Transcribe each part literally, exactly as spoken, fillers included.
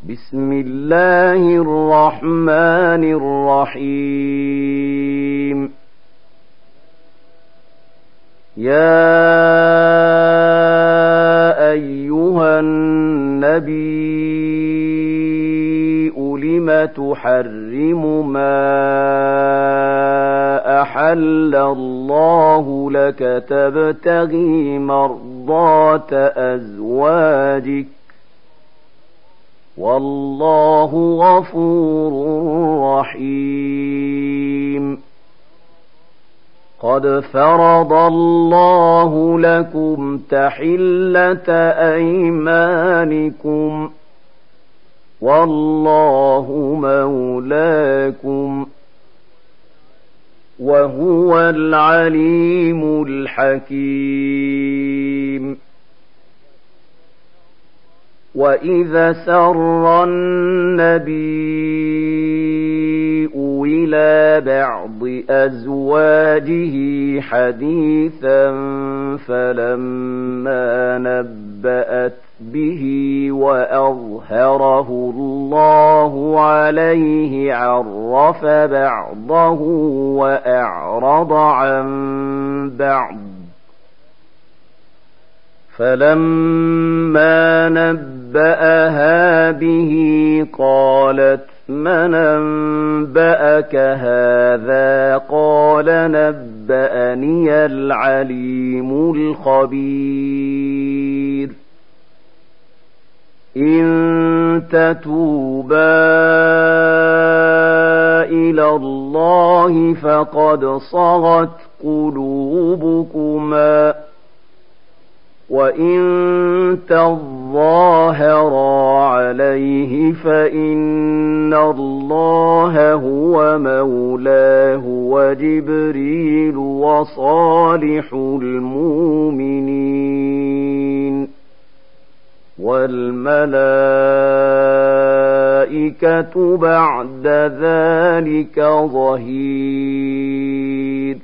بسم الله الرحمن الرحيم يا أيها النبي لم تحرم ما أحل الله لك تبتغي مرضات أزواجك والله غفور رحيم قد فرض الله لكم تحلة أيمانكم والله مولاكم وهو العليم الحكيم وإذا سر النبي إلى بعض أزواجه حديثا فلما نبأت به وأظهره الله عليه عرف بعضه وأعرض عن بعض فلما نبأها به قالت من أنبأك هذا قال نبأني العليم الخبير إن تتوبا إلى الله فقد صغت قلوبكما وإن تظاهرا عليه فإن الله هو مولاه وجبريل وصالح المؤمنين والملائكة بعد ذلك ظهير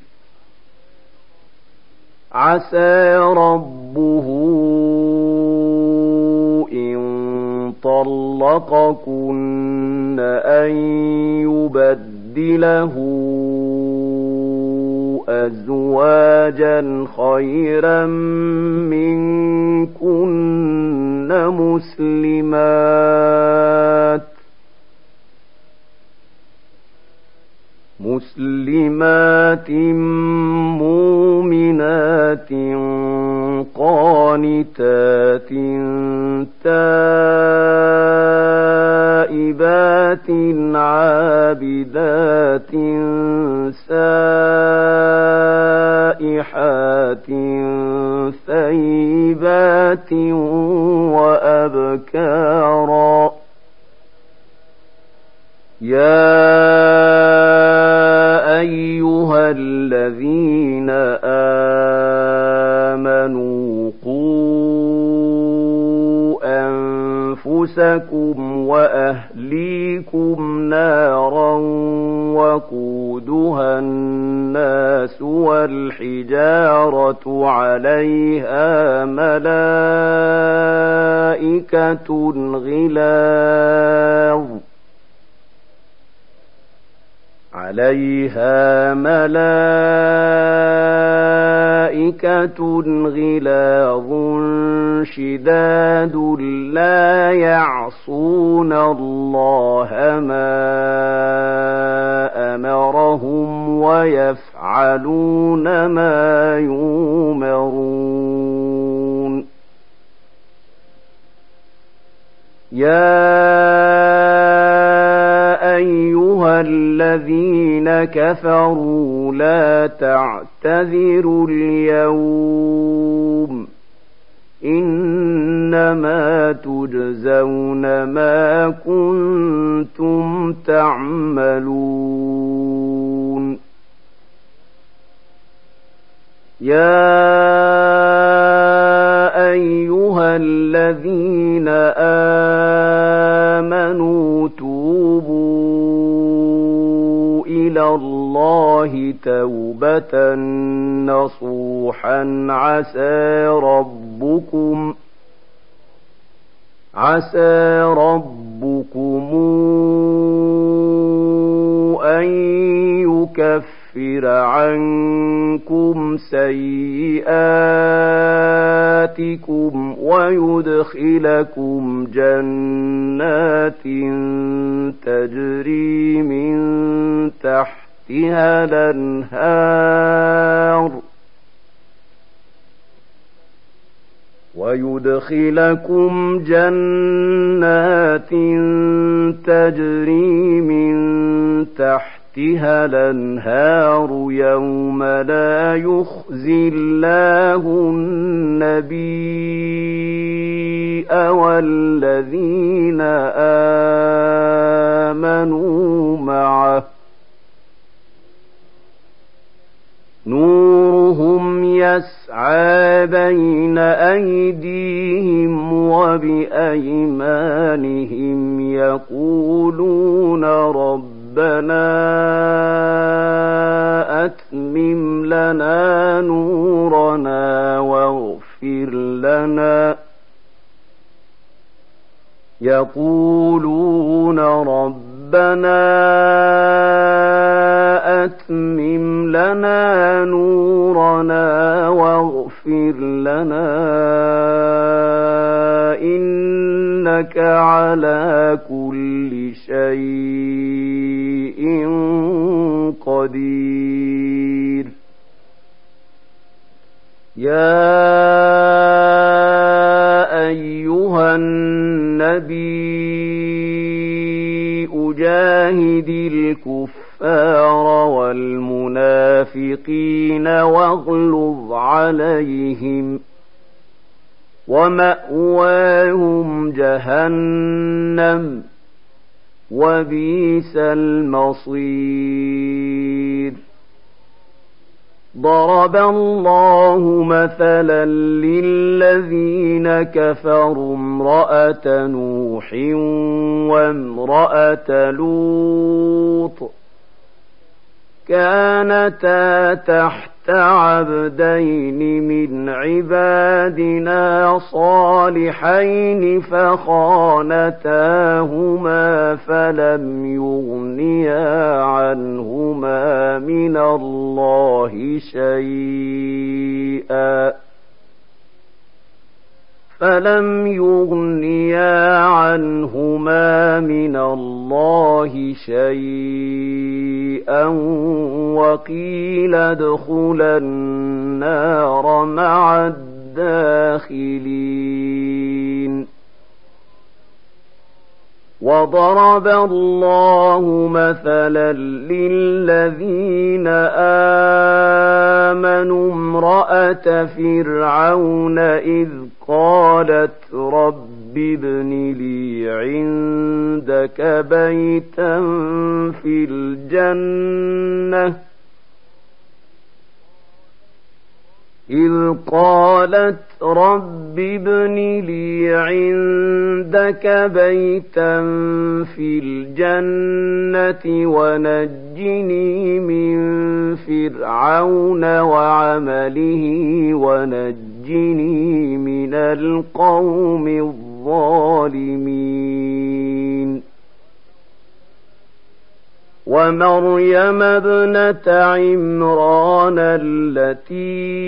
عسى ربه إن طلقكن أن يبدله أزواجا خيرا منكن مسلمات مسلمات مؤمنات قانتات تائبات عابدات سائحات ثيبات وأبكارا يا أيها الذين آمنوا قوا أنفسكم وأهليكم نارا وقودها الناس والحجارة عليها ملائكة غلاظ عليها ملائكة غلاظ شداد لا يعصون الله ما أمرهم ويفعلون ما يؤمرون يا أيها الذين كفروا لا تعتذروا اليوم إنما تجزون ما كنتم تعملون يا أيها الذين آمنوا توبوا إلى الله توبة نصوحا عسى ربكم عسى ربكم عنكم سيئاتكم ويدخلكم جنات تجري من تحتها الأنهار ويدخلكم جنات تجري من تحتها الأنهار يوم لا يخزي الله النبي والذين آمنوا معه نورهم يسعى بين أيديهم وبأيمانهم يقولون ربنا أتمم لنا نورنا واغفر لنا يقولون ربنا أتمم لنا نورنا واغفر لنا إنك على كل شيء قدير يا أيها النبي أجاهد الكفار والمنافقين واغلظ عليهم ومأواهم جهنم وبئس المصير ضرب الله مثلا للذين كفروا امرأة نوح وامرأة لوط كانتا تحت عبدين من عبادنا صالحين فخانتاهما فلم يغنيا عنهما من الله شيئا فلم يغنيا عنهما من الله شيئا وقيل ادخلا النار مع الداخلين وضرب الله مثلا للذين آمنوا امرأة فرعون إذ قالت رب ابن لي عندك بيتا في الجنة إذ قالت رب ابن لي عندك بيتا في الجنة ونجني من فرعون وعمله ونجني من القوم الظالمين ومريم ابنة عمران التي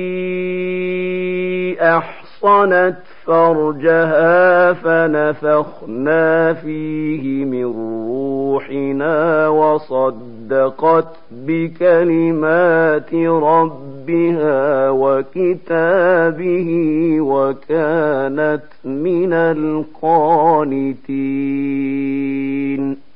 أحصنت فرجها فنفخنا فيه من روحنا وصدقت بكلمات ربها وكتابه وكانت من القانتين